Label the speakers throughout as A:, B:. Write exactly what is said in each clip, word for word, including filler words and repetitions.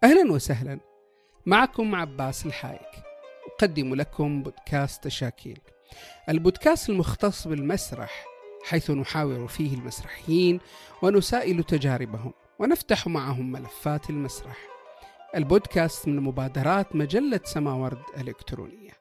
A: أهلا وسهلا، معكم عباس الحايك، أقدم لكم بودكاست تشاكيل، البودكاست المختص بالمسرح، حيث نحاور فيه المسرحيين ونسائل تجاربهم ونفتح معهم ملفات المسرح. البودكاست من مبادرات مجلة سماورد الإلكترونية.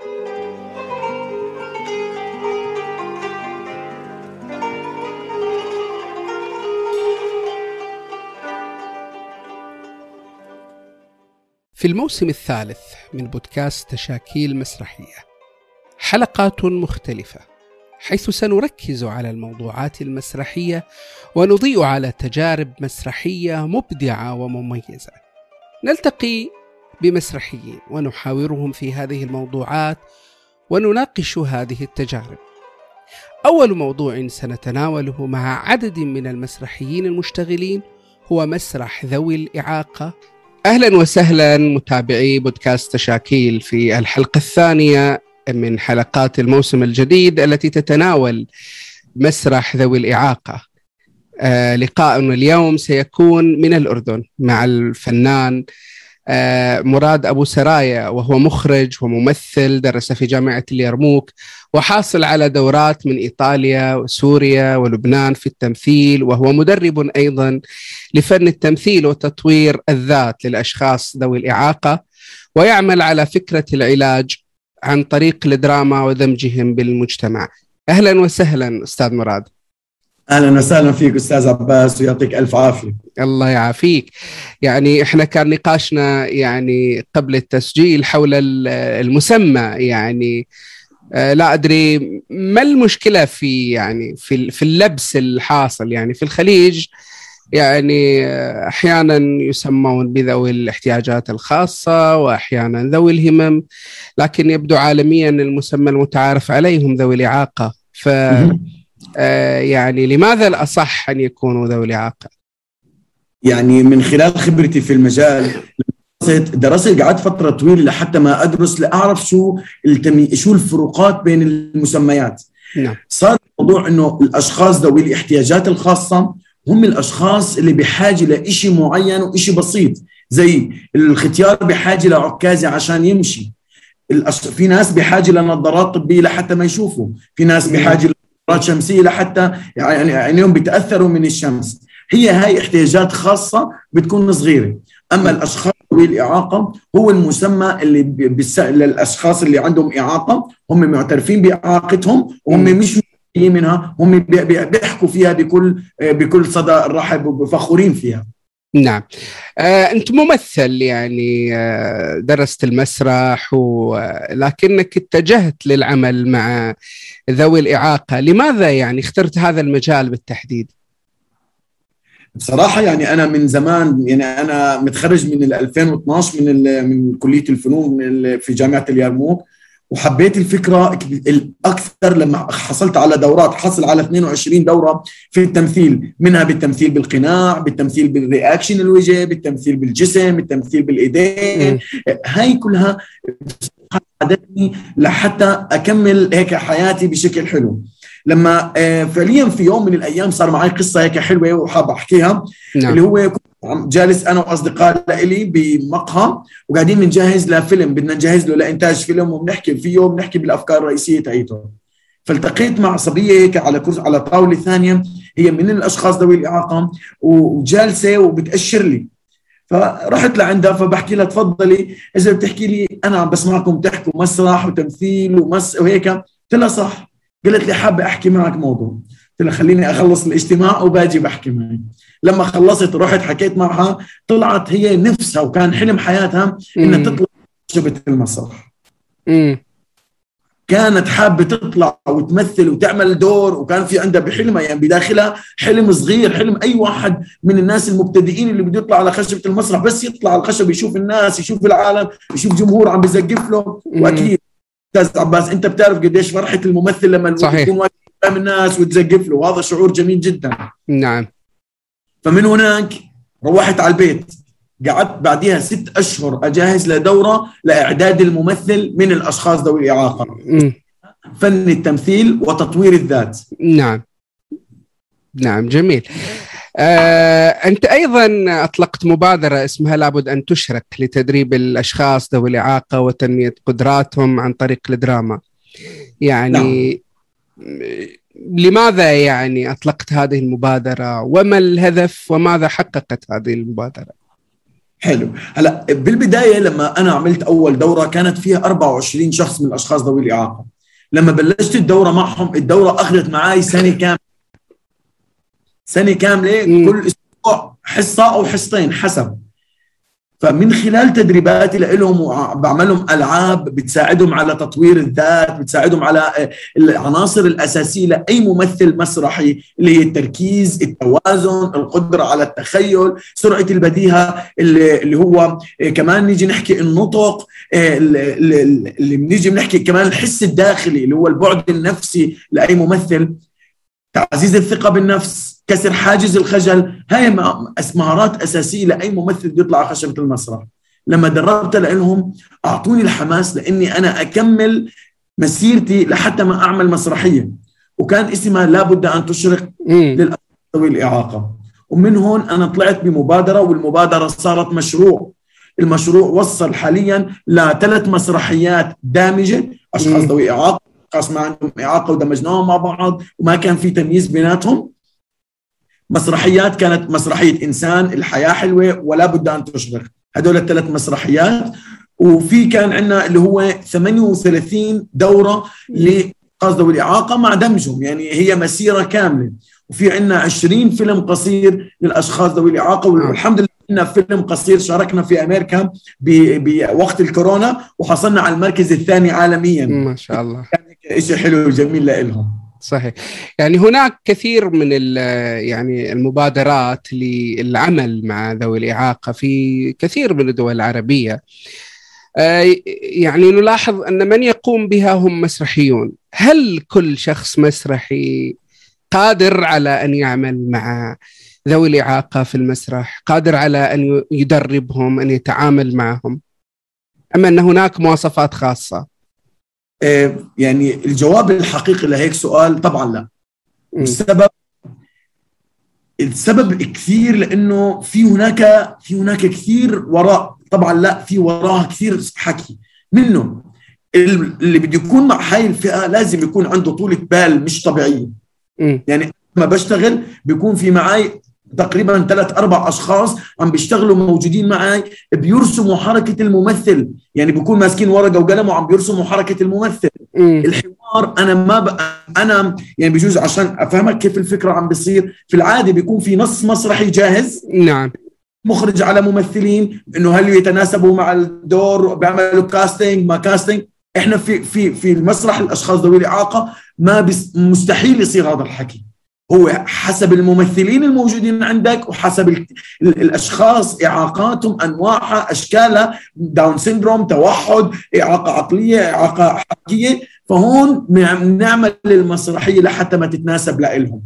A: في الموسم الثالث من بودكاست تشاكيل مسرحية حلقات مختلفة، حيث سنركز على الموضوعات المسرحية ونضيء على تجارب مسرحية مبدعة ومميزة. نلتقي بمسرحيين ونحاورهم في هذه الموضوعات ونناقش هذه التجارب. أول موضوع سنتناوله مع عدد من المسرحيين المشتغلين هو مسرح ذوي الإعاقة. أهلا وسهلا متابعي بودكاست تشاكيل في الحلقة الثانية من حلقات الموسم الجديد التي تتناول مسرح ذوي الإعاقة. آه لقاءنا اليوم سيكون من الأردن مع الفنان آه مراد أبو سرايا، وهو مخرج وممثل، درس في جامعة اليرموك وحاصل على دورات من إيطاليا وسوريا ولبنان في التمثيل، وهو مدرب أيضا لفن التمثيل وتطوير الذات للأشخاص ذوي الإعاقة، ويعمل على فكرة العلاج عن طريق الدراما ودمجهم بالمجتمع. أهلا وسهلا أستاذ مراد.
B: أهلا وسهلا فيك أستاذ عباس، ويعطيك ألف عافية.
A: الله يعافيك. يعني إحنا كان نقاشنا يعني قبل التسجيل حول المسمى، يعني لا أدري ما المشكلة في يعني في في اللبس الحاصل يعني في الخليج. يعني أحيانا يسمون بذوي الاحتياجات الخاصة وأحيانا ذوي الهمم، لكن يبدو عالميا المسمى المتعارف عليهم ذوي الإعاقة. ف يعني لماذا الأصح أن يكونوا ذوي الإعاقة؟
B: يعني من خلال خبرتي في المجال درست قعدت فترة طويلة لحتى ما أدرس لأعرف شو التمي... شو الفروقات بين المسميات.
A: نعم.
B: صار الموضوع إنه الأشخاص ذوي الاحتياجات الخاصة هم الأشخاص اللي بحاجة لإشي معين وإشي بسيط، زي الختيار بحاجة لعكازة عشان يمشي. الأش... في ناس بحاجة لنظارات طبية لحتى ما يشوفوا، في ناس بحاجة لنظارات شمسية لحتى يعني عينيهم بيتأثروا من الشمس. هي هاي احتياجات خاصة بتكون صغيرة. أما الأشخاص ذوي الإعاقة هو المسمى اللي بيس... للأشخاص اللي عندهم إعاقة، هم معترفين بإعاقتهم وهم مش منها، هم بيحكوا فيها بكل بكل صدى رحب وفخورين فيها.
A: نعم. آه، أنت ممثل، يعني آه، درست المسرح، ولكنك اتجهت للعمل مع ذوي الإعاقة. لماذا يعني اخترت هذا المجال بالتحديد؟
B: بصراحة يعني أنا من زمان، يعني أنا متخرج من ألفين واثناشر من من كلية الفنون في جامعة اليرموك، وحبيت الفكرة الأكثر لما حصلت على دورات، حصل على اثنين وعشرين دورة في التمثيل، منها بالتمثيل بالقناع، بالتمثيل بالرياكشن الوجه، بالتمثيل بالجسم، بالتمثيل بالإيدين. هاي كلها ساعدتني لحتى أكمل هيك حياتي بشكل حلو. لما فعليا في يوم من الأيام صار معي قصة هيك حلوة وحاب أحكيها. نعم. اللي هو جالس أنا وأصدقاء لإلي بمقهى وقاعدين نجهز لفيلم، بدنا نجهز له لإنتاج فيلم وبنحكي فيه وبنحكي بالأفكار الرئيسية تاعيته. فالتقيت مع صبية هيك على كرسي على طاولة ثانية، هي من الأشخاص ذوي الإعاقة وجالسة وبتأشر لي. فرحت لعندها فبحكي لها تفضلي، إذا بتحكي لي أنا عم بسمعكم تحكوا مسرح وتمثيل ومس وهيك. قلت لها صح. قالت لي حابة أحكي معك موضوع. قلت لها خليني أخلص الاجتماع وباجي بحكي معي. لما خلصت ورحت حكيت معها، طلعت هي نفسها وكان حلم حياتها إنها تطلع شبة المسرح.
A: مم.
B: كانت حابة تطلع وتمثل وتعمل دور، وكان في عندها بحلمها يعني بداخلها حلم صغير، حلم أي واحد من الناس المبتدئين اللي بده يطلع على خشبة المسرح، بس يطلع على الخشب يشوف الناس، يشوف العالم، يشوف جمهور عم بيزقف له. مم. وأكيد أستاذ عباس أنت بتعرف قديش فرحة الممثل لما يكون واقف قدام الناس وتزقف له، وهذا شعور جميل جدا.
A: نعم.
B: فمن هناك روحت على البيت، قعدت بعدها ست أشهر أجهز لدورة لإعداد الممثل من الأشخاص ذوي الإعاقة، فن التمثيل وتطوير الذات.
A: نعم نعم جميل. آه، أنت أيضا أطلقت مبادرة اسمها لابد أن تشرك لتدريب الأشخاص ذوي الإعاقة وتنمية قدراتهم عن طريق الدراما. يعني نعم. لماذا يعني أطلقت هذه المبادرة، وما الهدف، وماذا حققت هذه المبادرة؟
B: حلو. هلا بالبداية لما أنا عملت أول دورة كانت فيها أربعة وعشرين شخص من الأشخاص ذوي الإعاقة. لما بلشت الدورة معهم، الدورة أخذت معي سنة كاملة سنة كاملة م. كل أسبوع حصة أو حصتين حسب. فمن خلال تدريباتي لهم بعملهم ألعاب بتساعدهم على تطوير الذات، بتساعدهم على العناصر الأساسية لأي ممثل مسرحي، اللي هي التركيز، التوازن، القدرة على التخيل، سرعة البديهة، اللي هو كمان نيجي نحكي النطق، اللي بنيجي بنحكي كمان الحس الداخلي اللي هو البعد النفسي لأي ممثل، تعزيز الثقة بالنفس، كسر حاجز الخجل. هاي مهارات أساسية لأي ممثل يطلع خشبة المسرح. لما دربت لهم أعطوني الحماس لأني أنا أكمل مسيرتي لحتى ما أعمل مسرحية، وكان اسمها لابد أن تشرق للأشخاص ذوي الإعاقة. ومن هون أنا طلعت بمبادرة، والمبادرة صارت مشروع. المشروع وصل حاليا لثلاث مسرحيات دامجة، أشخاص ذوي إعاقة، أشخاص ما عندهم إعاقة، ودمجناهم مع بعض وما كان في تمييز بيناتهم. مسرحيات كانت مسرحية إنسان، الحياة حلوة، ولا بد أن تشرق، هدول الثلاث مسرحيات. وفي كان عندنا اللي هو ثمانية وثلاثين دورة لأشخاص ذوي الإعاقة مع دمجهم، يعني هي مسيرة كاملة. وفي عندنا عشرين فيلم قصير للأشخاص ذوي الإعاقة، والحمد لله عندنا فيلم قصير شاركنا في أمريكا بوقت الكورونا وحصلنا على المركز الثاني عالميا.
A: ما شاء الله،
B: يعني شيء حلو وجميل لهم.
A: صحيح. يعني هناك كثير من يعني المبادرات للعمل مع ذوي الإعاقة في كثير من الدول العربية. يعني نلاحظ أن من يقوم بها هم مسرحيون. هل كل شخص مسرحي قادر على أن يعمل مع ذوي الإعاقة في المسرح، قادر على أن يدربهم، أن يتعامل معهم، أم أن هناك مواصفات خاصة؟
B: يعني الجواب الحقيقي لهيك سؤال طبعا لا. السبب السبب كثير، لأنه في هناك في هناك كثير وراء. طبعا لا، في وراها كثير حكي منه. اللي بده يكون مع هاي الفئة لازم يكون عنده طولة بال مش طبيعية. يعني لما بشتغل بيكون في معي تقريبا ثلاث أربع أشخاص عم بيشتغلوا موجودين معي، بيرسموا حركة الممثل، يعني بيكون ماسكين ورقة وقلم وعم بيرسموا حركة الممثل. م. الحوار أنا ما ب... أنا يعني بيجوز عشان أفهمك كيف الفكرة عم بيصير. في العادة بيكون في نص مسرحي جاهز،
A: نعم،
B: مخرج على ممثلين إنه هل يتناسبوا مع الدور، بيعملوا كاستينج ما كاستينج. إحنا في في في المسرح الأشخاص ذوي الإعاقة ما بس مستحيل يصير هذا الحكي. هو حسب الممثلين الموجودين عندك، وحسب الأشخاص إعاقاتهم، أنواعها، أشكالها، داون سيندروم، توحد، إعاقة عقلية، إعاقة حركية. فهون نعمل المسرحية لحتى ما تتناسب لهم.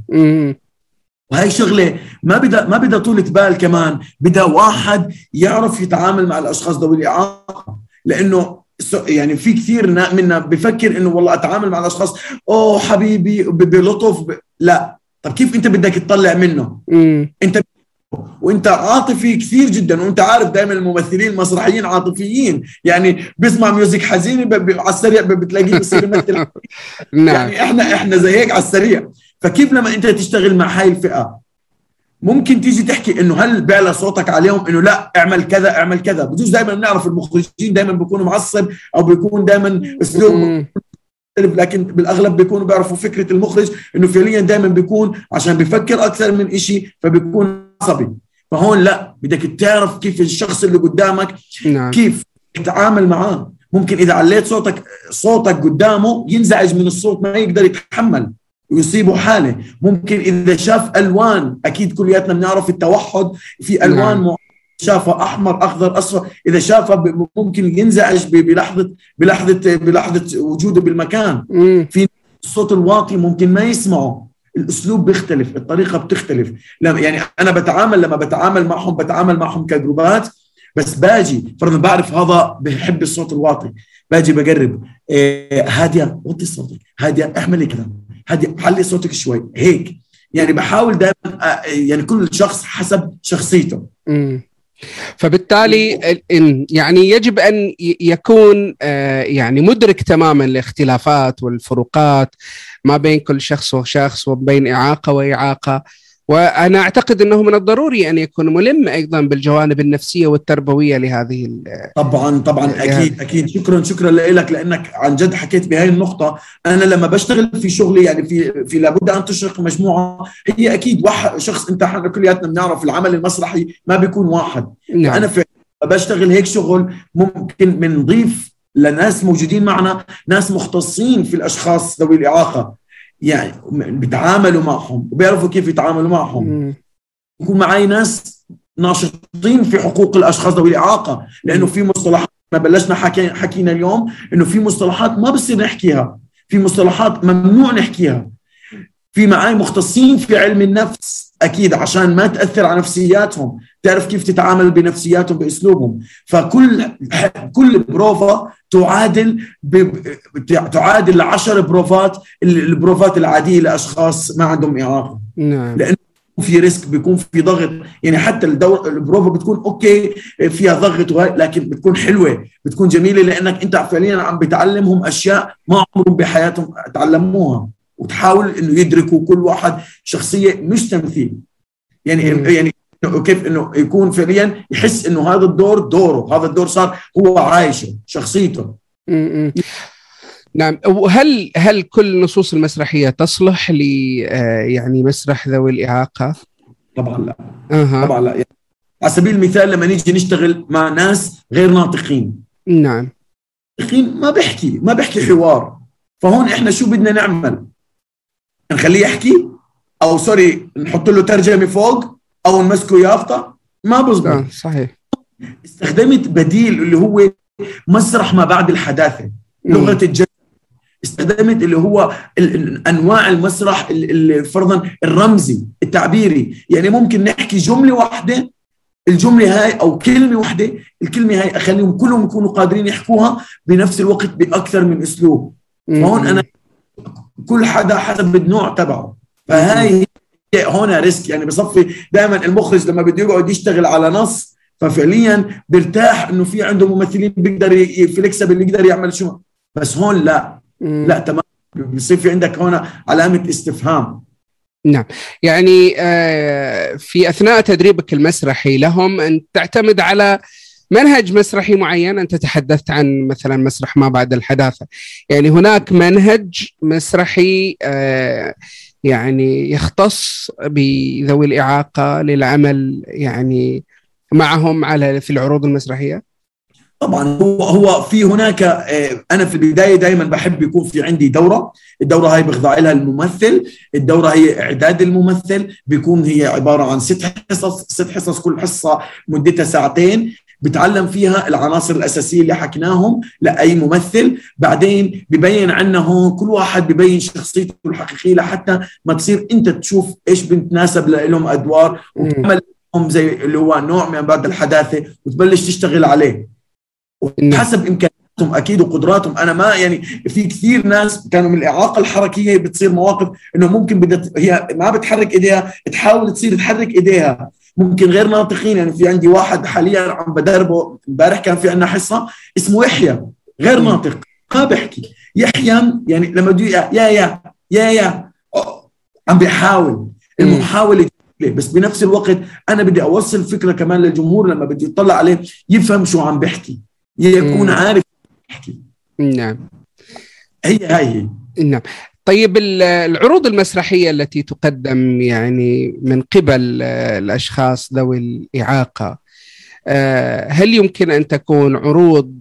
B: وهي شغلة ما بدها ما بدها طولة بال، كمان بدها واحد يعرف يتعامل مع الأشخاص ذوي الإعاقة. لأنه يعني في كثير منا بفكر إنه والله أتعامل مع الأشخاص أوه حبيبي بلطف ب... لا. طب كيف أنت بدك تطلع منه؟ مم. أنت وأنت عاطفي كثير جدا، وأنت عارف دائما الممثلين المسرحيين عاطفيين، يعني بيسمع ميوزك حزين ب... ب... على السريع بتلاقيه بيصير يمثل. يعني إحنا إحنا زي هيك على السريع. فكيف لما أنت تشتغل مع هاي الفئة ممكن تيجي تحكي إنه هل بيعلى صوتك عليهم إنه لا اعمل كذا اعمل كذا؟ بجوز دائما بنعرف المخرجين دائما بيكونوا معصب أو بيكون دائما أسلوب، لكن بالأغلب بيكونوا بيعرفوا فكرة المخرج إنه فعليا دائما بيكون عشان بيفكر أكثر من إشي فبيكون عصبي. فهون لا، بدك تعرف كيف الشخص اللي قدامك نعم. كيف تتعامل معاه. ممكن إذا عليت صوتك صوتك قدامه ينزعج من الصوت، ما يقدر يتحمل ويصيبه حالة. ممكن إذا شاف ألوان، أكيد كلياتنا بنعرف التوحد في ألوان نعم. شافه أحمر أخضر أصفر، إذا شافه ممكن ينزعج بلحظة بلحظة بلحظة وجوده بالمكان. مم. في الصوت الواطي ممكن ما يسمعه، الأسلوب بيختلف، الطريقة بتختلف. لما يعني أنا بتعامل لما بتعامل معهم بتعامل معهم كجروبات، بس باجي فرضا بعرف هذا بيحب الصوت الواطي، باجي بقرب إيه هادية وطي صوتك، هادية احملي كذا، هادية علي صوتك شوي هيك. يعني بحاول دائما يعني كل شخص حسب شخصيته.
A: مم. فبالتالي يعني يجب أن يكون يعني مدرك تماما الاختلافات والفروقات ما بين كل شخص وشخص وبين إعاقة وإعاقة. وأنا أعتقد أنه من الضروري أن يكون ملم أيضا بالجوانب النفسية والتربوية لهذه.
B: طبعا طبعا أكيد أكيد. شكرا شكرا لك لأنك عن جد حكيت بهاي النقطة. أنا لما بشتغل في شغلي يعني في في لابد أن تشرق مجموعة، هي أكيد واحد شخص. أنت احنا كلياتنا بنعرف العمل المسرحي ما بيكون واحد. نعم. أنا في بشتغل هيك شغل ممكن بنضيف لناس موجودين معنا ناس مختصين في الأشخاص ذوي الإعاقة، يعني بيتعاملوا معهم وبيعرفوا كيف يتعاملوا معهم. يكون معي ناس ناشطين في حقوق الأشخاص ذوي الإعاقة، لأنه في مصطلحات ما بلشنا حكي حكينا اليوم إنه في مصطلحات ما بصير نحكيها، في مصطلحات ممنوع نحكيها. في معي مختصين في علم النفس أكيد عشان ما تأثر على نفسياتهم، تعرف كيف تتعامل بنفسياتهم بأسلوبهم. فكل كل بروفا تعادل ب... تعادل عشر بروفات البروفات العادية لأشخاص ما عندهم إعاقة.
A: نعم.
B: لأنه في ريسك، بيكون في ضغط، يعني حتى الدور البروفا بتكون أوكي فيها ضغط لكن بتكون حلوة، بتكون جميلة، لأنك أنت فعليا عم بتعلمهم أشياء ما عمرهم بحياتهم تعلموها، وتحاول إنه يدركوا كل واحد شخصية مش تمثيل. يعني م. يعني كيف إنه يكون فعليا يحس إنه هذا الدور دوره، هذا الدور صار هو عايشه شخصيته.
A: م. نعم. وهل هل كل النصوص المسرحية تصلح ل يعني مسرح ذوي الإعاقة؟
B: طبعا لا.
A: أه.
B: طبعا لا. يعني على سبيل المثال لما نيجي نشتغل مع ناس غير ناطقين.
A: نعم.
B: ناطقين ما بيحكي ما بيحكي حوار، فهون إحنا شو بدنا نعمل؟ نخليه يحكي أو سوري نحط له ترجمة فوق أو نمسكه يافطة؟ ما بزبط.
A: آه صحيح.
B: استخدمت بديل اللي هو مسرح ما بعد الحداثة، لغة الجسد. استخدمت اللي هو أنواع المسرح فرضا الرمزي التعبيري، يعني ممكن نحكي جملة واحدة، الجملة هاي أو كلمة واحدة، الكلمة هاي أخليهم كلهم يكونوا قادرين يحكوها بنفس الوقت بأكثر من أسلوب. فهون أنا كل حدا حسب النوع تبعه. فهاي هون ريسك، يعني بصفي دائما المخرج لما بده يقعد يشتغل على نص ففعليا بيرتاح انه في عنده ممثلين بيقدر فليكسبل اللي يقدر يعمل شو، بس هون لا. مم. لا تمام، بيصير في عندك هون علامة استفهام.
A: نعم. يعني في أثناء تدريبك المسرحي لهم أن تعتمد على منهج مسرحي معين. أنت تحدثت عن مثلا مسرح ما بعد الحداثة، يعني هناك منهج مسرحي يعني يختص بذوي الإعاقة للعمل يعني معهم على في العروض المسرحية؟
B: طبعا هو هو في هناك، انا في البدايه دائما بحب يكون في عندي دوره، الدوره هاي بخضع لها الممثل، الدوره هي اعداد الممثل، بيكون هي عباره عن ست حصص ست حصص كل حصه مدتها ساعتين، بتعلم فيها العناصر الاساسيه اللي حكيناهم لاي ممثل. بعدين ببين عنا هون كل واحد ببين شخصيته الحقيقيه لحتى ما تصير انت تشوف ايش بنتناسب لهم ادوار، وتعمل لهم زي اللي هو نوع من بعد الحداثه وتبلش تشتغل عليه حسب إمكانياتهم أكيد وقدراتهم. أنا ما يعني في كثير ناس كانوا من الإعاقة الحركية بتصير مواقف إنه ممكن بدت هي ما بتحرك إيديها تحاول تصير تحرك إيديها، ممكن غير ناطقين. يعني في عندي واحد حاليا عم بدربه، امبارح كان في عندنا حصة اسمه يحيى غير ناطق ما بحكي، يحيى يعني لما بده يا يا يا يا عم بيحاول المحاولة، بس بنفس الوقت أنا بدي أوصل فكرة كمان للجمهور لما بدي يطلع عليه يفهم شو عم بحكي، يكون عارف يحكي.
A: نعم.
B: هي هاي
A: نعم. طيب العروض المسرحية التي تقدم يعني من قبل الأشخاص ذوي الإعاقة، هل يمكن أن تكون عروض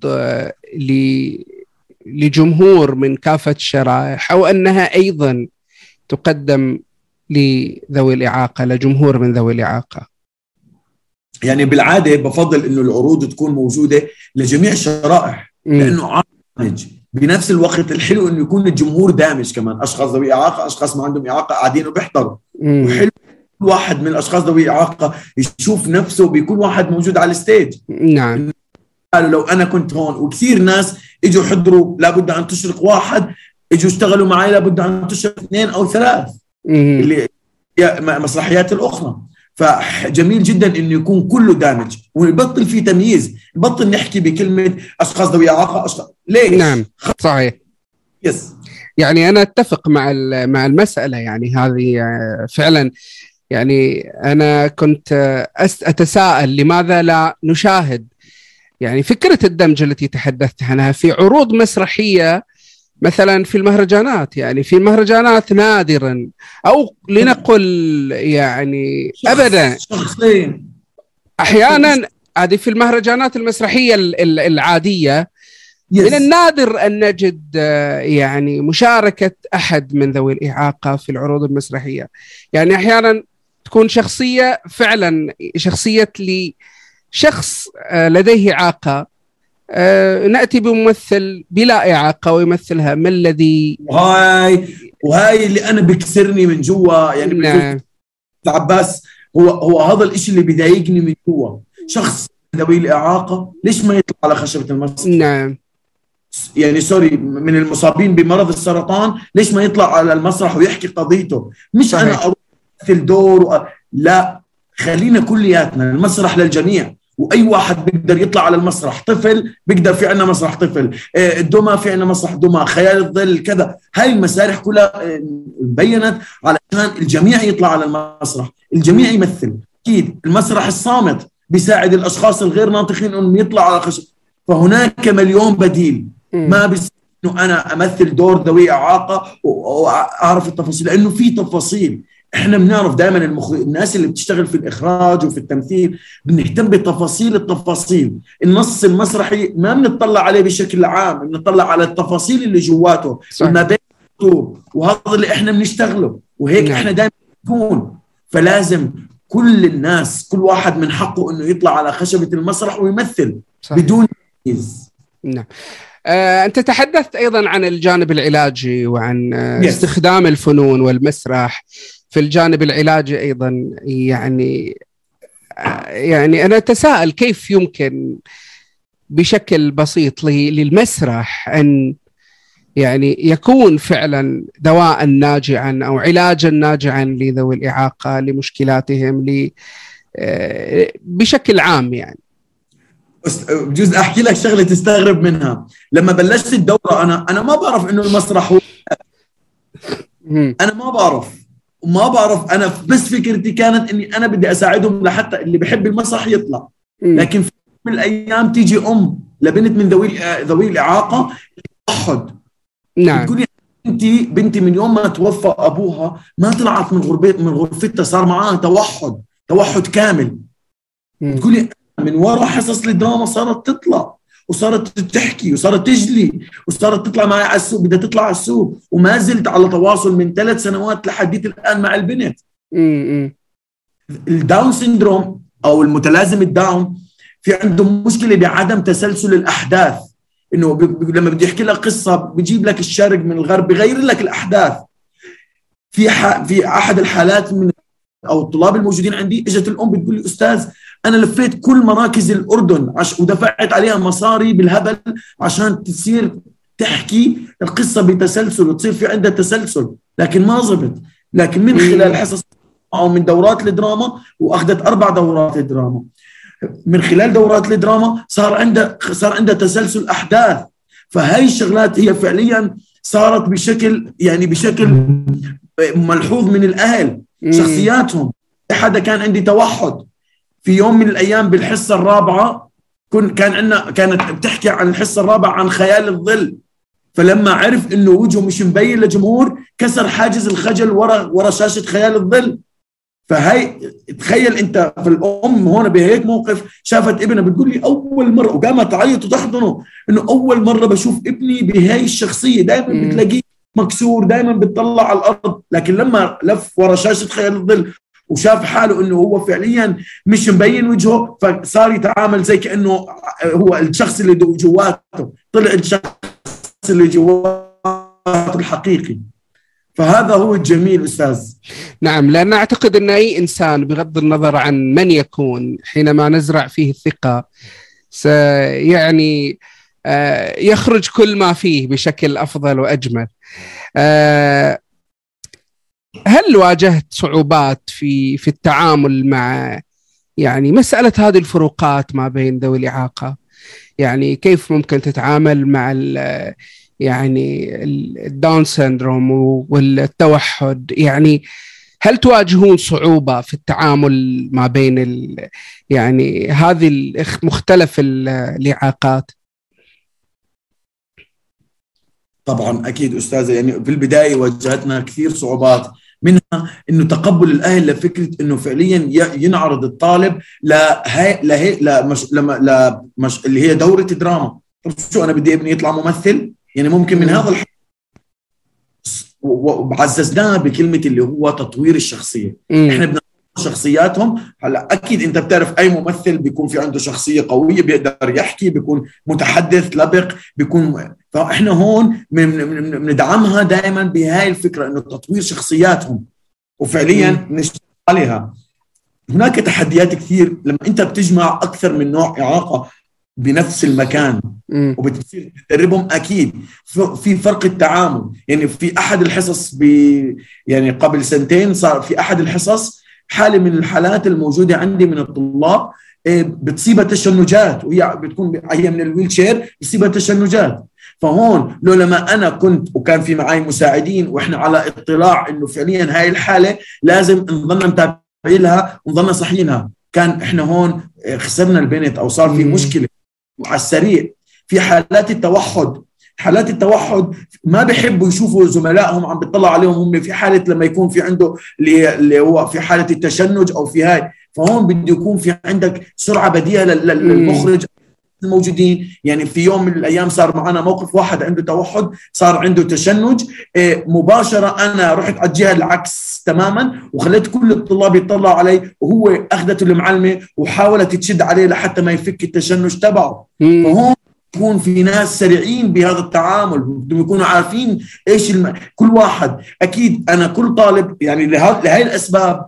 A: لجمهور من كافة الشرائح أو أنها أيضا تقدم لذوي الإعاقة لجمهور من ذوي الإعاقة؟
B: يعني بالعادة بفضل إنه العروض تكون موجودة لجميع الشرائح، لأنه عامج بنفس الوقت. الحلو إنه يكون الجمهور دامج كمان، أشخاص ذوي إعاقة، أشخاص ما عندهم إعاقة قاعدين وبيحضروا، وحلو كل واحد من الأشخاص ذوي إعاقة يشوف نفسه بكل واحد موجود على الستيج.
A: نعم.
B: قالوا لو أنا كنت هون، وكثير ناس إجوا حضروا لابد أن تشرق واحد، إجوا اشتغلوا معي لابد أن تشرق اثنين أو ثلاث. اللي مسرحيات الأخرى. فجميل جدا إنه يكون كله دامج ويبطل فيه تمييز، يبطل نحكي بكلمة أشخاص ذوي إعاقة أشخاص. ليش؟
A: نعم صحيح.
B: يس.
A: يعني أنا أتفق مع مع المسألة، يعني هذه فعلا. يعني أنا كنت أتساءل لماذا لا نشاهد يعني فكرة الدمج التي تحدثت عنها في عروض مسرحية مثلا في المهرجانات. يعني في المهرجانات نادرا أو لنقل يعني أبدا
B: شخصين
A: أحيانا هذه في المهرجانات المسرحية العادية من النادر أن نجد يعني مشاركة أحد من ذوي الإعاقة في العروض المسرحية. يعني أحيانا تكون شخصية فعلا شخصية لشخص لديه إعاقة، نأتي بممثل بلا إعاقة ويمثلها. ما الذي
B: وهاي وهاي اللي أنا بكسرني من جوا يعني.
A: نعم.
B: عباس هو هو هذا الإشي اللي بيضايقني من جوا. شخص ذوي الإعاقة ليش ما يطلع على خشبة المسرح؟
A: نعم.
B: يعني سوري، من المصابين بمرض السرطان ليش ما يطلع على المسرح ويحكي قضيته؟ مش صحيح. أنا أروح في الدور و... لا، خلينا كلياتنا المسرح للجميع، وأي واحد بيقدر يطلع على المسرح. طفل بيقدر، في عنا مسرح طفل، الدمى في عنا مسرح دمى، خيال الظل كذا. هاي المسارح كلها بينت علشان الجميع يطلع على المسرح، الجميع يمثل. أكيد المسرح الصامت بيساعد الأشخاص الغير ناطقين أنهم يطلعوا على خشب. فهناك مليون بديل. ما بس إنه أنا أمثل دور ذوي إعاقة وأعرف التفاصيل، لأنه في تفاصيل. إحنا بنعرف دائما المخ... الناس اللي بتشتغل في الإخراج وفي التمثيل بنهتم بتفاصيل التفاصيل. النص المسرحي ما بنطلع عليه بشكل عام، بنطلع على التفاصيل اللي جواته وما بين الطور، وهذا اللي إحنا بنشتغله، وهيك نعم. إحنا دائما نكون. فلازم كل الناس، كل واحد من حقه إنه يطلع على خشبة المسرح ويمثل صحيح. بدون تمييز.
A: نعم. آه، أنت تحدثت أيضا عن الجانب العلاجي وعن آه، yes. استخدام الفنون والمسرح في الجانب العلاجي أيضا. يعني آه، يعني أنا أتساءل كيف يمكن بشكل بسيط للمسرح أن يعني يكون فعلا دواء ناجعا أو علاجا ناجعا لذوي الإعاقة لمشكلاتهم ل آه، بشكل عام. يعني
B: بجوز احكي لك شغله تستغرب منها. لما بلشت الدوره انا انا ما بعرف انه المسرح هو انا ما بعرف وما بعرف انا بس فكرتي كانت اني انا بدي اساعدهم لحتى اللي بحب المسرح يطلع. لكن في من الايام تيجي ام لبنت من ذوي ذوي الاعاقه توحد.
A: نعم.
B: تقولي انت بنتي من يوم ما توفى ابوها ما طلعت من غربت من غرفتها، صار معاها توحد توحد كامل. تقولي من وراء حصص الدراما صارت تطلع وصارت تحكي وصارت تجلي وصارت تطلع معي على السوق، بدها تطلع على السوق، وما زلت على تواصل من ثلاث سنوات لحديت الآن مع البنت. الداون سيندروم أو المتلازم الداون في عندهم مشكلة بعدم تسلسل الأحداث. إنه لما بدي يحكي لك قصة بيجيب لك الشرق من الغرب، بيغير لك الأحداث. في ح... في أحد الحالات من أو الطلاب الموجودين عندي اجت الأم بتقول لي أستاذ أنا لفيت كل مراكز الأردن عش... ودفعت عليها مصاري بالهبل عشان تصير تحكي القصة بتسلسل وتصير في عندها تسلسل، لكن ما زبط. لكن من خلال حصص أو من دورات الدراما، وأخذت أربع دورات الدراما، من خلال دورات الدراما صار عندها صار عندها تسلسل أحداث. فهاي الشغلات هي فعليا صارت بشكل يعني بشكل ملحوظ من الأهل شخصياتهم. حدا كان عندي توحد في يوم من الأيام بالحصة الرابعة، كن كان عندنا كانت بتحكي عن الحصة الرابعة عن خيال الظل، فلما عرف إنه وجهه مش مبين للجمهور كسر حاجز الخجل ورا ورا شاشة خيال الظل. فهي تخيل أنت في الأم هون بهيك موقف شافت ابنها بتقول لي أول مرة، وقامت تعيط وتحضنه إنه أول مرة بشوف ابني بهاي الشخصية. دائما بتلاقيه مكسور، دائما بتطلع على الأرض، لكن لما لف ورا شاشة خيال الظل وشاف حاله انه هو فعليا مش مبين وجهه، فصار يتعامل زي كانه هو الشخص اللي جواته، طلع الشخص اللي جواته الحقيقي. فهذا هو الجميل أستاذ.
A: نعم، لأن أعتقد أن أي إنسان بغض النظر عن من يكون حينما نزرع فيه الثقة سيعني يخرج كل ما فيه بشكل أفضل وأجمل. هل واجهت صعوبات في في التعامل مع يعني مسألة هذه الفروقات ما بين ذوي الإعاقة؟ يعني كيف ممكن تتعامل مع ال يعني الداون سيندروم والتوحد؟ يعني هل تواجهون صعوبة في التعامل ما بين ال يعني هذه مختلف الإعاقات؟
B: طبعا أكيد أستاذة، يعني في البداية واجهتنا كثير صعوبات، منها إنه تقبل الأهل لفكرة إنه فعليا ينعرض الطالب لهي لهي لمش لما لمش اللي هي دورة دراما. طب شو أنا بدي ابني يطلع ممثل؟ يعني ممكن من هذا الحق وعززناها بكلمة اللي هو تطوير الشخصية. م. إحنا بدنا شخصياتهم. هلا أكيد أنت بتعرف أي ممثل بيكون في عنده شخصية قوية، بيقدر يحكي، بيكون متحدث لبق، بيكون. فإحنا هون بندعمها دائما بهاي الفكرة إنه تطوير شخصياتهم وفعليا نشتغل عليها. هناك تحديات كثير لما أنت بتجمع أكثر من نوع إعاقة بنفس المكان وبتصير تدربهم. أكيد في فرق التعامل. يعني في أحد الحصص ب يعني قبل سنتين صار في أحد الحصص حالة من الحالات الموجودة عندي من الطلاب بتصيبها تشنجات، وهي بتكون هي من الويل شير بتصيبها تشنجات. فهون لو لما أنا كنت وكان في معي مساعدين وإحنا على اطلاع إنه فعليا هاي الحالة لازم نظلنا متابعينها ونظلنا صحيينها، كان إحنا هون خسرنا البنت أو صار في مشكلة على السريع. في حالات التوحد، حالات التوحد ما بيحبوا يشوفوا زملائهم عم بيطلع عليهم هم في حالة لما يكون في عنده اللي هو في حالة التشنج أو في هاي. فهون بده يكون في عندك سرعة بديهة للمخرج الموجودين. يعني في يوم من الأيام صار معنا موقف، واحد عنده توحد صار عنده تشنج مباشرة، أنا رحت على الجهة العكس تماما وخليت كل الطلاب يطلعوا علي، وهو أخذته المعلمة وحاولت تشد عليه لحتى ما يفك التشنج تبعه. فهون يكون في ناس سريعين بهذا التعامل، بدهم يكونوا عارفين إيش الم... كل واحد. أكيد أنا كل طالب يعني له... لهذه الأسباب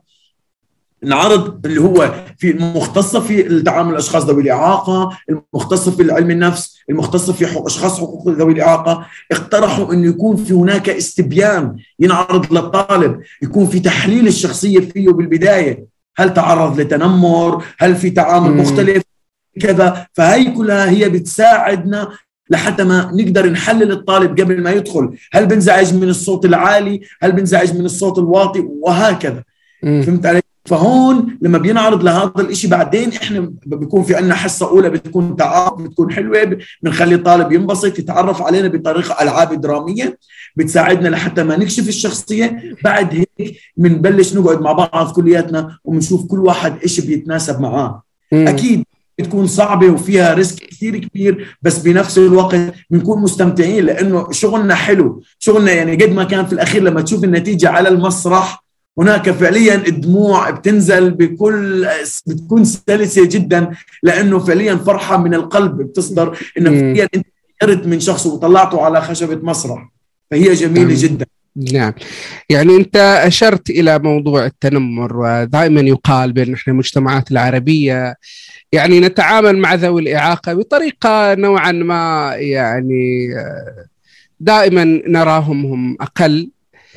B: نعرض اللي هو في المختصة في التعامل الأشخاص ذوي الإعاقة، المختصة في علم النفس، المختصة في أشخاص حقوق ذوي الإعاقة. اقترحوا أنه يكون في هناك استبيان ينعرض للطالب، يكون في تحليل الشخصية فيه بالبداية، هل تعرض لتنمر، هل في تعامل م. مختلف كذا. فهي كلها هي بتساعدنا لحتى ما نقدر نحلل الطالب قبل ما يدخل، هل بنزعج من الصوت العالي، هل بنزعج من الصوت الواطي، وهكذا. م. فهمت علي؟ فهون لما بينعرض لهذا الاشي بعدين احنا بيكون في عنا حصة اولى بتكون تعارف، بتكون حلوة، بنخلي الطالب ينبسط يتعرف علينا بطريقة العاب درامية بتساعدنا لحتى ما نكشف الشخصية. بعد هيك بنبلش نقعد مع بعض كلياتنا وبنشوف كل واحد ايش بيتناسب معاه. م. اكيد بتكون صعبة وفيها ريسك كثير كبير، بس بنفس الوقت بنكون مستمتعين لانه شغلنا حلو. شغلنا يعني قد ما كان في الاخير لما تشوف النتيجة على المسرح هناك فعليا الدموع بتنزل بكل، بتكون سلسة جدا، لأنه فعليا فرحة من القلب بتصدر إنه فعليا أنت غيرت من شخص وطلعته على خشبة مسرح، فهي جميلة نعم. جدا.
A: نعم، يعني أنت أشرت إلى موضوع التنمر، ودائما يقال بأن إحنا المجتمعات العربية يعني نتعامل مع ذوي الإعاقة بطريقة نوعا ما يعني دائما نراهم هم أقل،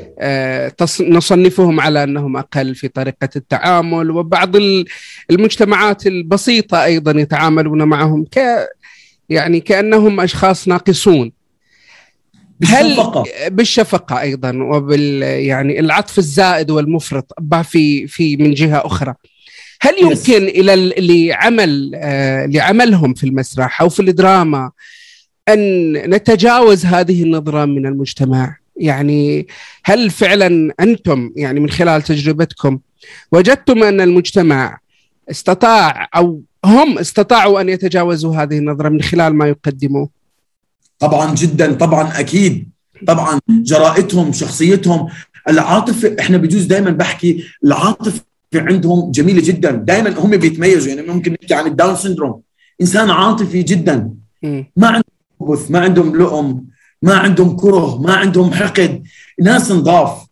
A: نصنفهم على أنهم أقل في طريقة التعامل، وبعض المجتمعات البسيطة أيضا يتعاملون معهم ك يعني كأنهم أشخاص ناقصون.
B: بالشفقة.
A: هل بالشفقة أيضا وبال يعني العطف الزائد والمفرط في في من جهة أخرى، هل يمكن إلى لعمل لعملهم في المسرح أو في الدراما أن نتجاوز هذه النظرة من المجتمع؟ يعني هل فعلا أنتم يعني من خلال تجربتكم وجدتم أن المجتمع استطاع أو هم استطاعوا أن يتجاوزوا هذه النظرة من خلال ما يقدموه؟
B: طبعا جدا، طبعا أكيد، طبعا جرائتهم، شخصيتهم، العاطفة. إحنا بجوز دايما بحكي العاطفة عندهم جميلة جدا، دايما هم بيتميزوا. يعني ممكن نحكي عن الداون سيندروم، إنسان عاطفي جدا، ما عندهم بث، ما عندهم لؤم، ما عندهم كره، ما عندهم حقد، ناس نضاف.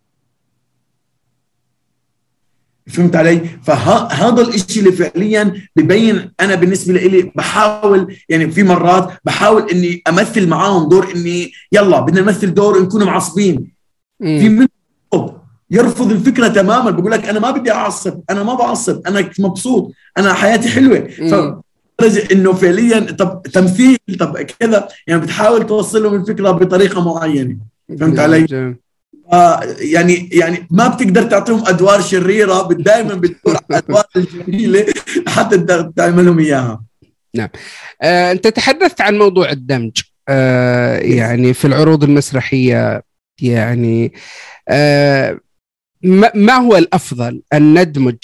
B: فهمت علي؟ فهذا الاشي اللي فعليا ببين. انا بالنسبه لي بحاول يعني في مرات بحاول اني امثل معاهم دور، اني يلا بدنا نمثل دور نكون معصبين في من يرفض الفكره تماما، بقول لك انا ما بدي اعصب، انا ما بعصب، انا مبسوط، انا حياتي حلوه. فرجع انه فعليا طب تمثيل، طب كذا، يعني بتحاول توصل لهم الفكره بطريقه معينه. فهمت علي؟ آه يعني يعني ما بتقدر تعطيهم ادوار شريره، دائما بتدور على الادوار الجميله حتى تعملهم اياها.
A: نعم. آه، انت تحدثت عن موضوع الدمج آه يعني في العروض المسرحيه، يعني آه ما هو الافضل ان ندمج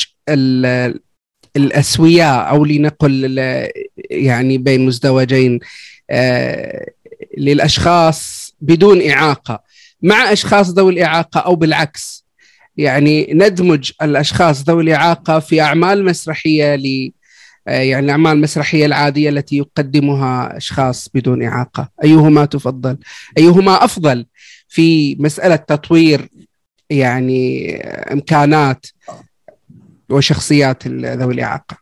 A: الاسوياء او لنقل يعني بين مزدوجين آه للاشخاص بدون اعاقه مع اشخاص ذوي الاعاقه، او بالعكس يعني ندمج الاشخاص ذوي الاعاقه في اعمال مسرحيه ل يعني الأعمال المسرحية العادية التي يقدمها أشخاص بدون إعاقة؟ أيهما تفضل؟ أيهما أفضل في مسألة تطوير يعني إمكانات وشخصيات ذوي الإعاقة؟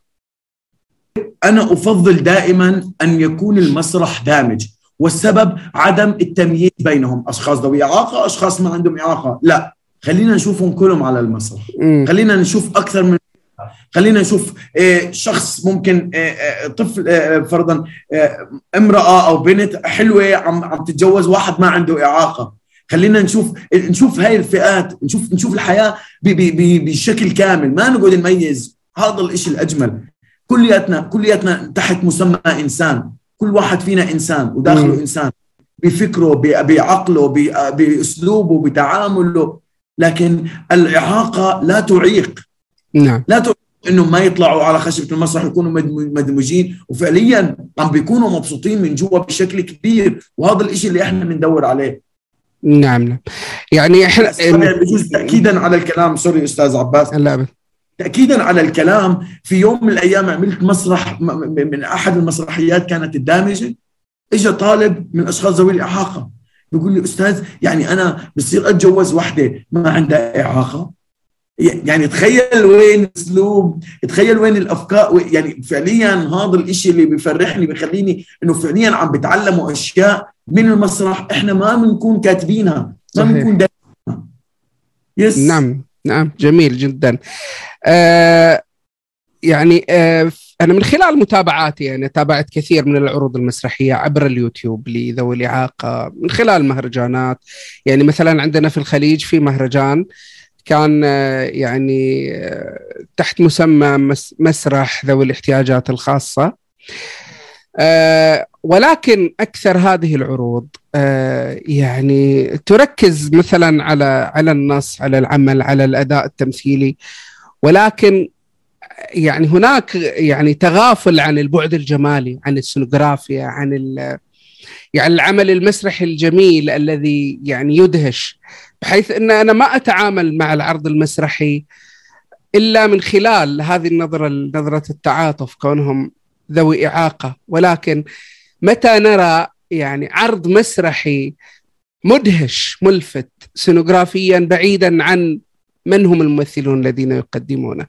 B: أنا أفضل دائما أن يكون المسرح دامج، والسبب عدم التمييز بينهم، أشخاص ذوي إعاقة، أشخاص ما عندهم إعاقة، لا، خلينا نشوفهم كلهم على المسرح. م. خلينا نشوف أكثر من خلينا نشوف شخص ممكن طفل فرضا امرأة أو بنت حلوة عم عم تتجوز واحد ما عنده إعاقة. خلينا نشوف نشوف هاي الفئات، نشوف نشوف الحياة بشكل كامل، ما نقعد نميز. هذا الإشي الأجمل. كلياتنا كلياتنا تحت مسمى إنسان، كل واحد فينا إنسان وداخله م. إنسان بفكره بعقله بأسلوبه بتعامله، لكن الإعاقة لا تعيق.
A: نعم.
B: لا تعيق انهم ما يطلعوا على خشبة المسرح يكونوا مدمجين، وفعليا عم بيكونوا مبسوطين من جوا بشكل كبير، وهذا الاشي اللي احنا بندور عليه.
A: نعم نعم. يعني احنا
B: بجوز تأكيدا على الكلام، سوري استاذ عباس،
A: لا
B: تأكيدا على الكلام، في يوم من الايام عملت مسرح من احد المسرحيات كانت الدامجة، اجى طالب من اشخاص ذوي الاعاقة بيقول لي استاذ يعني انا بصير اتجوز وحدة ما عندها اعاقة؟ يعني تخيل وين الاسلوب، تخيل وين الافكار، يعني فعليا هذا الاشي اللي بيفرحني بيخليني انه فعليا عم بتعلموا اشياء من المسرح احنا ما بنكون كاتبينها، ما بنكون دايما.
A: يس. نعم نعم، جميل جدا. آه يعني آه أنا من خلال متابعاتي يعني تابعت كثير من العروض المسرحية عبر اليوتيوب لذوي الإعاقة من خلال مهرجانات. يعني مثلا عندنا في الخليج في مهرجان كان يعني تحت مسمى مسرح ذوي الاحتياجات الخاصة، ولكن أكثر هذه العروض يعني تركز مثلا على على النص، على العمل، على الأداء التمثيلي، ولكن يعني هناك يعني تغافل عن البعد الجمالي، عن السينوغرافيا، عن يعني العمل المسرحي الجميل الذي يعني يدهش، بحيث أن أنا ما أتعامل مع العرض المسرحي إلا من خلال هذه النظرة، نظرة التعاطف كونهم ذوي إعاقة. ولكن متى نرى يعني عرض مسرحي مدهش ملفت سينوغرافيا بعيدا عن من هم الممثلون الذين يقدمونه؟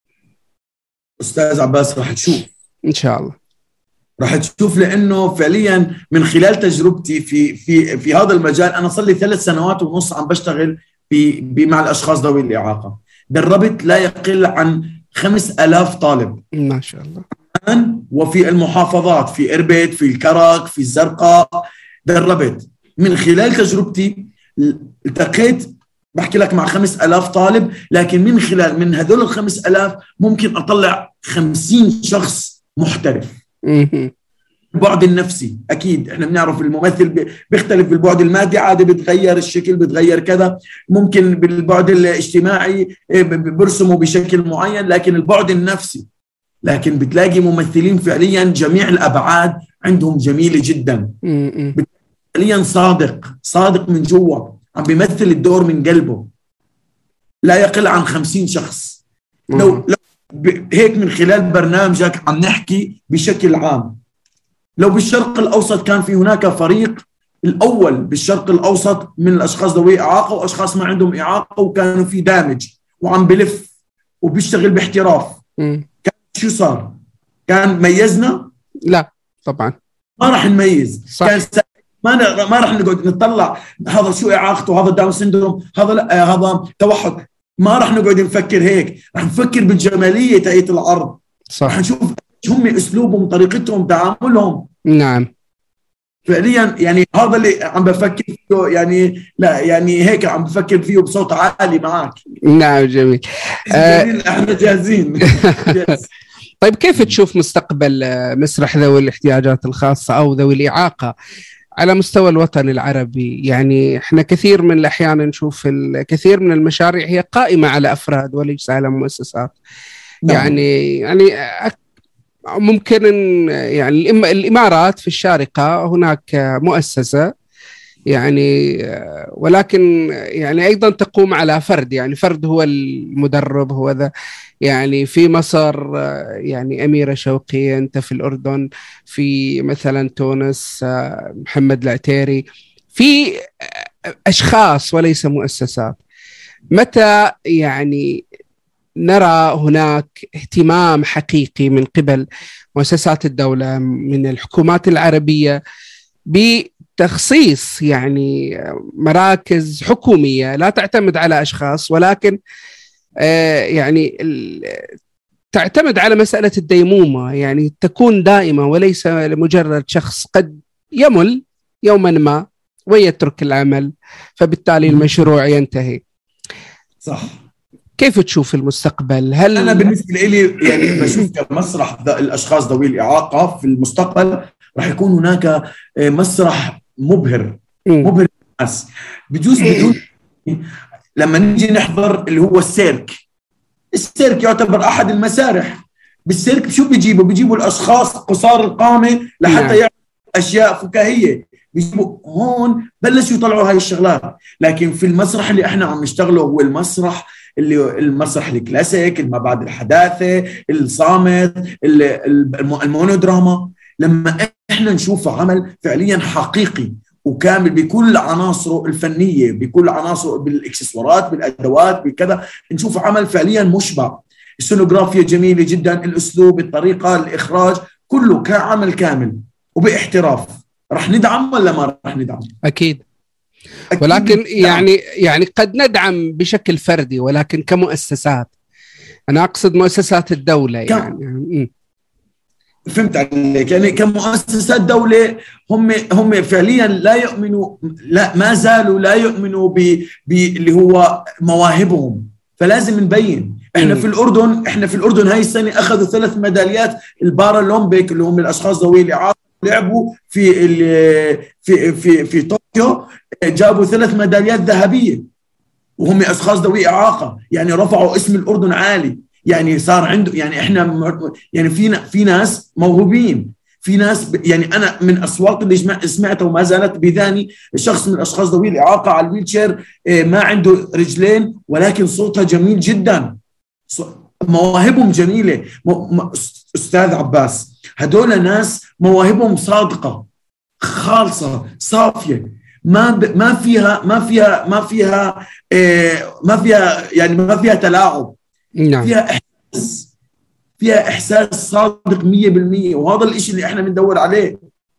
B: أستاذ عباس راح تشوف
A: إن شاء الله،
B: راح تشوف، لأنه فعليا من خلال تجربتي في في في هذا المجال، أنا صار لي ثلاث سنوات ونص عم بشتغل مع الأشخاص ذوي الإعاقة. دربت لا يقل عن خمس ألاف طالب
A: ما شاء الله،
B: وفي المحافظات، في إربد، في الكرك، في الزرقاء دربت. من خلال تجربتي التقيت بحكي لك مع خمس ألاف طالب، لكن من خلال من هذول الخمس ألاف ممكن أطلع خمسين شخص محترف. البعد النفسي أكيد إحنا بنعرف الممثل بيختلف، بالبعد المادي عادي بتغير الشكل، بتغير كذا، ممكن بالبعد الاجتماعي برسمه بشكل معين، لكن البعد النفسي، لكن بتلاقي ممثلين فعليا جميع الأبعاد عندهم جميلة جدا، فعليا صادق صادق من جوا، عم بيمثل الدور من قلبه. لا يقل عن خمسين شخص. لو, لو هيك من خلال برنامجك عم نحكي بشكل عام، لو بالشرق الأوسط كان في هناك فريق الأول بالشرق الأوسط من الأشخاص ذوي إعاقة وأشخاص ما عندهم إعاقة، وكانوا في دامج وعم بلف وبيشتغل باحتراف، كان شو صار؟ كان ميزنا؟
A: لا طبعا
B: ما راح نميز. صح. كان ما ما راح نقعد نطلع هذا شو إعاقته، هذا داون سيندروم، هذا لا هذا توحد. ما راح نقعد نفكر هيك، راح نفكر بالجمالية تاعت العرض. صح. راح نشوف هم أسلوبهم، طريقتهم، تعاملهم.
A: نعم
B: فعليا يعني هذا اللي عم بفكر فيه، يعني لا يعني هيك عم بفكر فيه بصوت عالي معك.
A: نعم جميل.
B: جميل. احنا جاهزين.
A: طيب كيف تشوف مستقبل مسرح ذوي الاحتياجات الخاصة أو ذوي الإعاقة على مستوى الوطن العربي؟ يعني احنا كثير من الأحيان نشوف الكثير من المشاريع هي قائمة على أفراد وليس على مؤسسات. نعم. يعني يعني ممكن يعني الإمارات في الشارقة هناك مؤسسة يعني، ولكن يعني أيضا تقوم على فرد، يعني فرد هو المدرب هو ذا. يعني في مصر يعني أميرة شوقي، أنت في الأردن، في مثلا تونس محمد العتيري، في أشخاص وليس مؤسسات. متى يعني نرى هناك اهتمام حقيقي من قبل مؤسسات الدولة من الحكومات العربية بتخصيص يعني مراكز حكومية لا تعتمد على أشخاص، ولكن آه يعني تعتمد على مسألة الديمومة، يعني تكون دائمة وليس لمجرد شخص قد يمل يوما ما ويترك العمل فبالتالي المشروع ينتهي.
B: صح.
A: كيف تشوف المستقبل؟ هل
B: أنا بالنسبة لي يعني بشوف كمسرح الأشخاص ذوي الإعاقة في المستقبل راح يكون هناك مسرح مبهر مبهر الناس. بجوز بدون لما نيجي نحضر اللي هو السيرك، السيرك يعتبر أحد المسارح. بالسيرك شو بيجيبوا؟ بيجيبوا الأشخاص قصار القامة لحتى يعملوا أشياء فكاهية، بيجيبوا هون بلشوا يطلعوا هاي الشغلات. لكن في المسرح اللي احنا عم نشتغله هو المسرح اللي المسرح الكلاسيك، ما بعد الحداثة، الصامت، المونودراما. لما احنا نشوف عمل فعليا حقيقي وكامل بكل عناصره الفنية، بكل عناصره بالاكسسوارات بالأدوات بكذا، نشوف عمل فعليا مشبع. السونوغرافيا جميلة جدا، الأسلوب، الطريقة، الإخراج، كله كعمل كامل وباحتراف. رح ندعم ولا ما رح ندعم؟
A: أكيد. أكيد ولكن ندعم. يعني يعني قد ندعم بشكل فردي، ولكن كمؤسسات أنا أقصد مؤسسات الدولة يعني.
B: فهمت عليك. يعني كمؤسسات دولة هم هم فعليا لا يؤمنوا، لا ما زالوا لا يؤمنوا باللي هو مواهبهم، فلازم نبين. احنا م. في الأردن احنا في الأردن هاي السنة أخذوا ثلاث ميداليات البارالمبيك اللي هم الأشخاص ذوي الإعاقة، لعبوا في في في في طوكيو، جابوا ثلاث ميداليات ذهبية وهم أشخاص ذوي إعاقة. يعني رفعوا اسم الأردن عالي، يعني صار عنده يعني احنا يعني في في ناس موهوبين، في ناس يعني انا من اصوات اللي سمعتها وما زالت بذاني الشخص من الاشخاص ذوي الاعاقه على الويلشير، ما عنده رجلين ولكن صوتها جميل جدا، مواهبهم جميله. استاذ عباس، هدول ناس مواهبهم صادقه خالصه صافيه، ما ب... ما فيها ما فيها ما فيها إيه ما فيها يعني ما فيها تلاعب. نعم. فيها إحساس فيها إحساس صادق مية بالمية، وهذا الإشي اللي إحنا بندور عليه.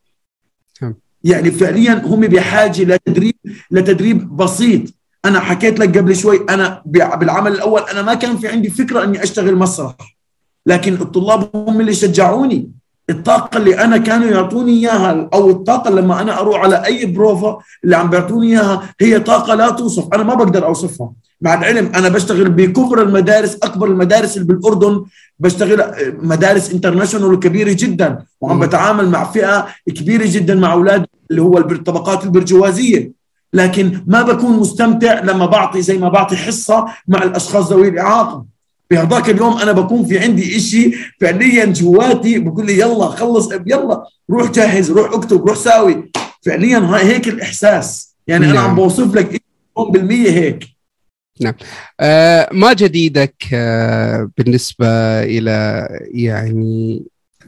B: نعم. يعني فعليا هم بحاجة لتدريب لتدريب بسيط. أنا حكيت لك قبل شوي، أنا بالعمل الأول أنا ما كان في عندي فكرة أني أشتغل مسرح، لكن الطلاب هم اللي شجعوني. الطاقة اللي أنا كانوا يعطوني إياها، أو الطاقة لما أنا أروح على أي بروفة اللي عم بيعطوني إياها، هي طاقة لا توصف، أنا ما بقدر أوصفها. مع العلم أنا بشتغل بكبر المدارس، أكبر المدارس اللي بالأردن، بشتغل مدارس انترناشونال كبيرة جدا، وعم بتعامل مع فئة كبيرة جدا مع أولاد اللي هو الطبقات البرجوازية، لكن ما بكون مستمتع لما بعطي زي ما بعطي حصة مع الأشخاص ذوي الإعاقة. بهذاك اليوم أنا بكون في عندي إشي فعليا جواتي بقول لي يلا خلص، يلا روح جهز، روح اكتب، روح ساوي. فعليا هاي هيك الإحساس. يعني نعم. أنا عم بوصف لك بالمية هيك.
A: نعم. آه ما جديدك آه بالنسبة إلى يعني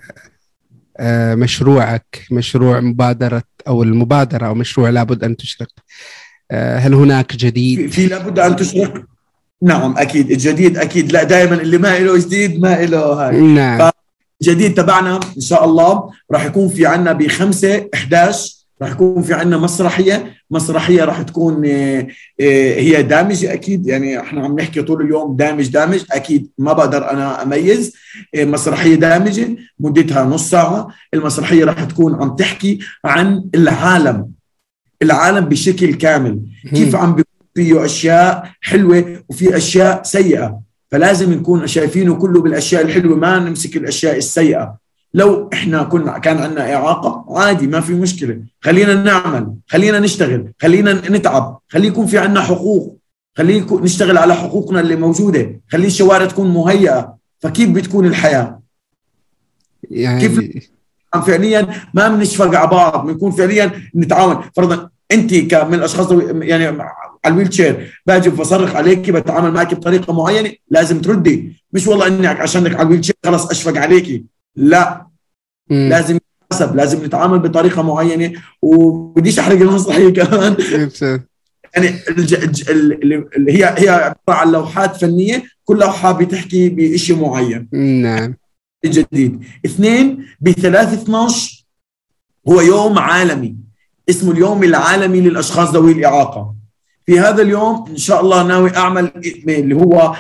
A: آه مشروعك، مشروع مبادرة أو المبادرة أو مشروع لابد أن تشرق؟ آه هل هناك جديد؟
B: في, في لابد أن تشرق. نعم أكيد الجديد أكيد، لا دائما اللي ما إله جديد ما إله هاي.
A: نعم.
B: فالجديد تبعنا إن شاء الله راح يكون في عنا بخمسة إحداش راح يكون في عندنا مسرحية مسرحية راح تكون هي دامجة أكيد، يعني احنا عم نحكي طول اليوم دامج دامج أكيد ما بقدر أنا أميز. مسرحية دامجة مدتها نص ساعة. المسرحية راح تكون عم تحكي عن العالم العالم بشكل كامل، كيف عم بيكون فيه أشياء حلوة وفي أشياء سيئة، فلازم نكون شايفينه كله بالأشياء الحلوة، ما نمسك الأشياء السيئة. لو إحنا كنا كان عندنا إعاقة عادي ما في مشكلة، خلينا نعمل، خلينا نشتغل، خلينا نتعب، خلي يكون في عندنا حقوق، خلي نشتغل على حقوقنا اللي موجودة، خلي الشوارع تكون مهيئة. فكيف بتكون الحياة؟ يعني كيف فعليا ما بنشفق على بعض، بنكون فعليا نتعاون. فرضا انت كمن الاشخاص يعني على الويل شير باجي بصرخ عليكي بتعامل معك بطريقه معينه، لازم تردي، مش والله انك عشانك على الويل شير خلاص اشفق عليكي، لا م. لازم حسب لازم نتعامل بطريقه معينه. وبديش احرق المسرحيه كمان يعني اللي هي هي عباره عن لوحات فنيه، كل لوحه بتحكي بشيء معين.
A: نعم.
B: جديد. اثنين بثلاث اثناشر هو يوم عالمي اسمه اليوم العالمي للأشخاص ذوي الإعاقة. في هذا اليوم إن شاء الله ناوي أعمل اللي هو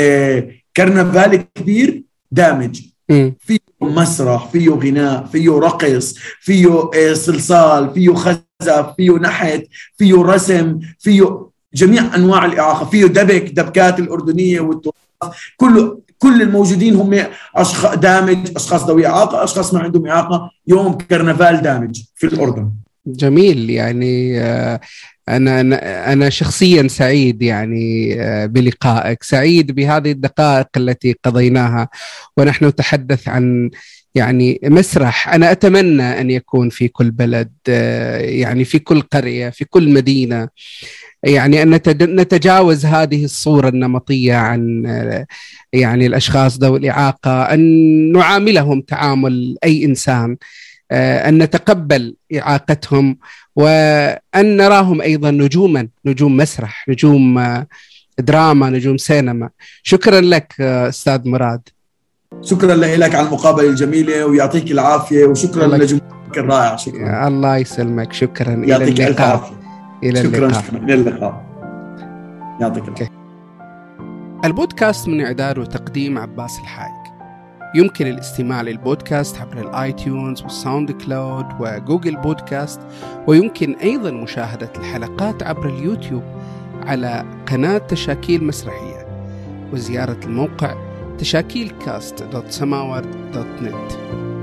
B: كرنفال كبير دامج، فيه مسرح، فيه غناء، فيه رقص، فيه صلصال، فيه خزف، فيه نحت، فيه رسم، فيه جميع أنواع الإعاقة، فيه دبك دبكات الأردنية والتراث، كله كل الموجودين هم أشخاص دامج، أشخاص ذوي إعاقة، أشخاص ما عندهم إعاقة. يوم كرنفال دامج في الأردن.
A: جميل. يعني أنا أنا شخصيا سعيد يعني بلقائك، سعيد بهذه الدقائق التي قضيناها ونحن نتحدث عن يعني مسرح. أنا أتمنى أن يكون في كل بلد، يعني في كل قرية، في كل مدينة، يعني أن نتجاوز هذه الصورة النمطية عن يعني الأشخاص ذوي الإعاقة، أن نعاملهم تعامل أي إنسان، أن نتقبل إعاقتهم، وأن نراهم أيضا نجوما، نجوم مسرح، نجوم دراما، نجوم سينما. شكرا لك أستاذ مراد.
B: شكرا لك على المقابلة الجميلة ويعطيك العافية، وشكرا لجمهورك الرائع. شكرا.
A: الله يسلمك. شكرا.
B: يعطيك
A: إلى اللقاء.
B: العافية.
A: إلى
B: شكرا
A: اللقاء.
B: شكرا إلى اللقاء. يعطيك العافية.
A: البودكاست من إعداد وتقديم عباس الحاج. يمكن الاستماع للبودكاست عبر الآيتيونز والساوند كلاود وجوجل بودكاست، ويمكن أيضا مشاهدة الحلقات عبر اليوتيوب على قناة تشاكيل مسرحية، وزيارة الموقع تشاكيل كاست دوت سماورد دوت نت.